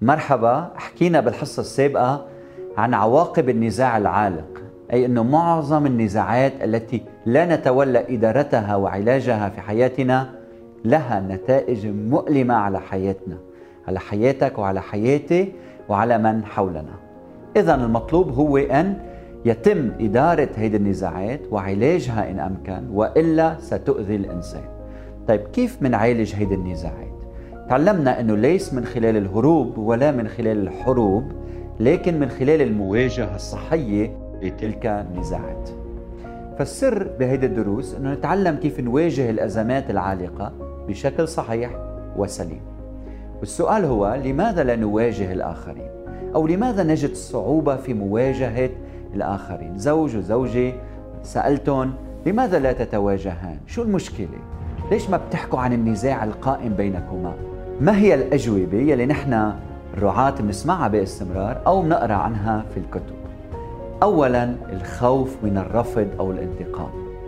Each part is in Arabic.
مرحبا، حكينا بالحصة السابقة عن عواقب النزاع العالق، أي أنه معظم النزاعات التي لا نتولى إدارتها وعلاجها في حياتنا لها نتائج مؤلمة على حياتنا، على حياتك وعلى حياتي وعلى من حولنا. إذن المطلوب هو أن يتم إدارة هذه النزاعات وعلاجها إن أمكن، وإلا ستؤذي الإنسان. طيب كيف منعالج هذه النزاعات؟ تعلمنا أنه ليس من خلال الهروب ولا من خلال الحروب، لكن من خلال المواجهة الصحية لتلك النزاعات. فالسر بهذه الدروس أنه نتعلم كيف نواجه الأزمات العالقة بشكل صحيح وسليم. والسؤال هو: لماذا لا نواجه الآخرين؟ أو لماذا نجد صعوبة في مواجهة الآخرين؟ زوج وزوجة سألتهم لماذا لا تتواجهان؟ شو المشكلة؟ ليش ما بتحكوا عن النزاع القائم بينكما؟ ما هي الأجوبة يلي نحن الرعاة بنسمعها باستمرار أو بنقرأ عنها في الكتب؟ أولاً الخوف من الرفض أو الانتقام.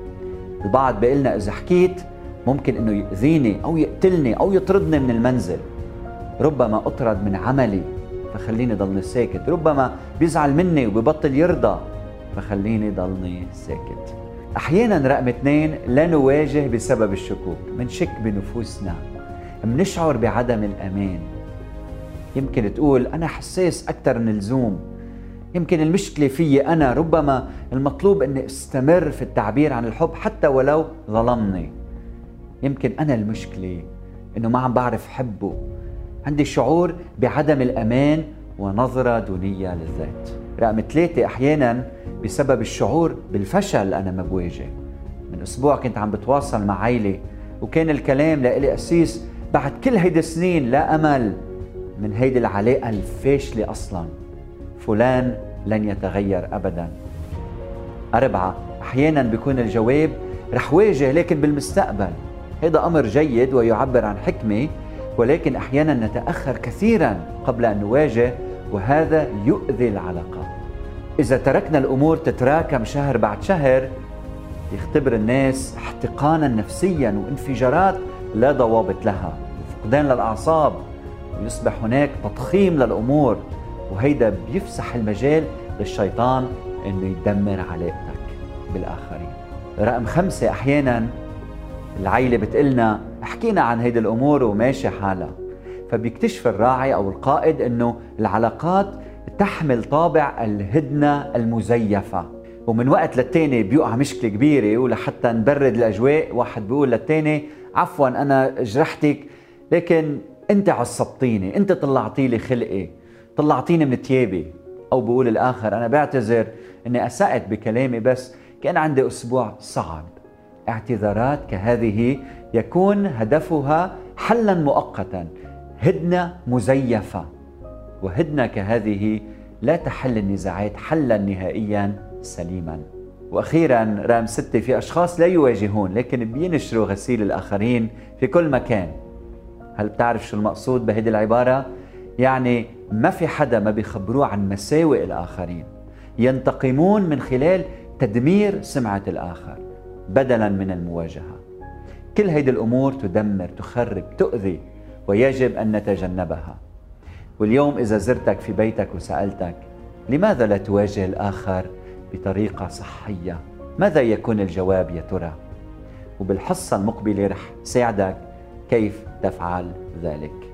البعض بيقلنا إذا حكيت ممكن إنه يؤذيني أو يقتلني أو يطردني من المنزل، ربما أطرد من عملي فخليني ضلني ساكت، ربما بيزعل مني وببطل يرضى فخليني ضلني ساكت. أحياناً رقم 2 لا نواجه بسبب الشكوك، منشك بنفوسنا، منشعر بعدم الأمان. يمكن تقول أنا حساس أكثر من اللزوم، يمكن المشكلة فيي أنا، ربما المطلوب أني استمر في التعبير عن الحب حتى ولو ظلمني. يمكن أنا المشكلة أنه ما عم بعرف حبه، عندي شعور بعدم الأمان ونظرة دونية للذات. رقم 3 أحيانا بسبب الشعور بالفشل أنا ما بواجه. من أسبوع كنت عم بتواصل مع عائلة وكان الكلام لإلي أسيس: بعد كل هيدي السنين لا أمل من هيدي العلاقة الفاشلة أصلاً، فلان لن يتغير أبداً. 4 أحياناً بيكون الجواب رح واجه لكن بالمستقبل. هذا أمر جيد ويعبر عن حكمة، ولكن أحياناً نتأخر كثيراً قبل أن نواجه، وهذا يؤذي العلاقة. إذا تركنا الأمور تتراكم شهر بعد شهر يختبر الناس احتقاناً نفسياً وانفجارات لا ضوابط لها وفقدان للأعصاب، ويصبح هناك تضخيم للأمور، وهيدا بيفسح المجال للشيطان انه يدمر علاقتك بالآخرين. رقم 5 أحيانا العائلة بتقلنا حكينا عن هيدي الأمور وماشي حالها، فبيكتشف الراعي أو القائد انه العلاقات تحمل طابع الهدنة المزيفة، ومن وقت للتاني بيقع مشكلة كبيرة، ولحتى نبرد الأجواء واحد بيقول للتاني: عفوا أنا جرحتك لكن أنت عصبتيني، أنت طلعتي لي خلقي، طلعتيني من تيابي. أو بقول الآخر: أنا بعتذر أني أسأت بكلامي بس كان عندي أسبوع صعب. اعتذارات كهذه يكون هدفها حلاً مؤقتاً، هدنة مزيفة، وهدنة كهذه لا تحل النزاعات حلاً نهائياً سليماً. وأخيراً رقم 6 في أشخاص لا يواجهون لكن بينشروا غسيل الآخرين في كل مكان. هل بتعرف شو المقصود بهذه العبارة؟ يعني ما في حدا ما بيخبروه عن مساوئ الآخرين، ينتقمون من خلال تدمير سمعة الآخر بدلاً من المواجهة. كل هيدي الأمور تدمر، تخرب، تؤذي، ويجب أن نتجنبها. واليوم إذا زرتك في بيتك وسألتك لماذا لا تواجه الآخر بطريقة صحية، ماذا يكون الجواب يا ترى؟ وبالحصة المقبلة رح ساعدك كيف تفعل ذلك.